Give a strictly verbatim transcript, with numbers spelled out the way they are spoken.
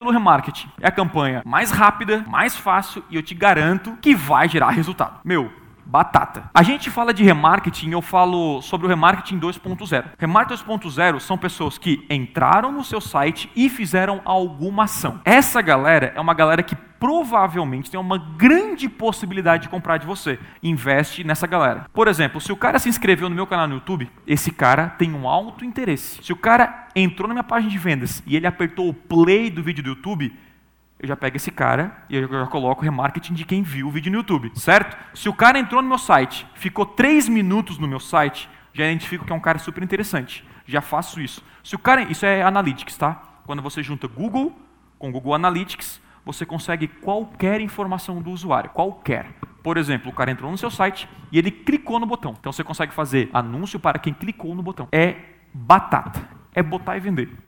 do remarketing. É a campanha mais rápida, mais fácil e eu te garanto que vai gerar resultado. Meu, batata. A gente fala de remarketing, eu falo sobre o remarketing dois ponto zero. Remarketing dois ponto zero são pessoas que entraram no seu site e fizeram alguma ação. Essa galera é uma galera que provavelmente tem uma grande possibilidade de comprar de você. Investe nessa galera. Por exemplo, se o cara se inscreveu no meu canal no YouTube, esse cara tem um alto interesse. Se o cara entrou na minha página de vendas e ele apertou o play do vídeo do YouTube, eu já pego esse cara e eu já coloco o remarketing de quem viu o vídeo no YouTube, certo? Se o cara entrou no meu site, ficou três minutos no meu site, já identifico que é um cara super interessante. Já faço isso. Se o cara, isso é Analytics, tá? Quando você junta Google com Google Analytics, você consegue qualquer informação do usuário, qualquer. Por exemplo, o cara entrou no seu site e ele clicou no botão. Então você consegue fazer anúncio para quem clicou no botão. É batata. É botar e vender.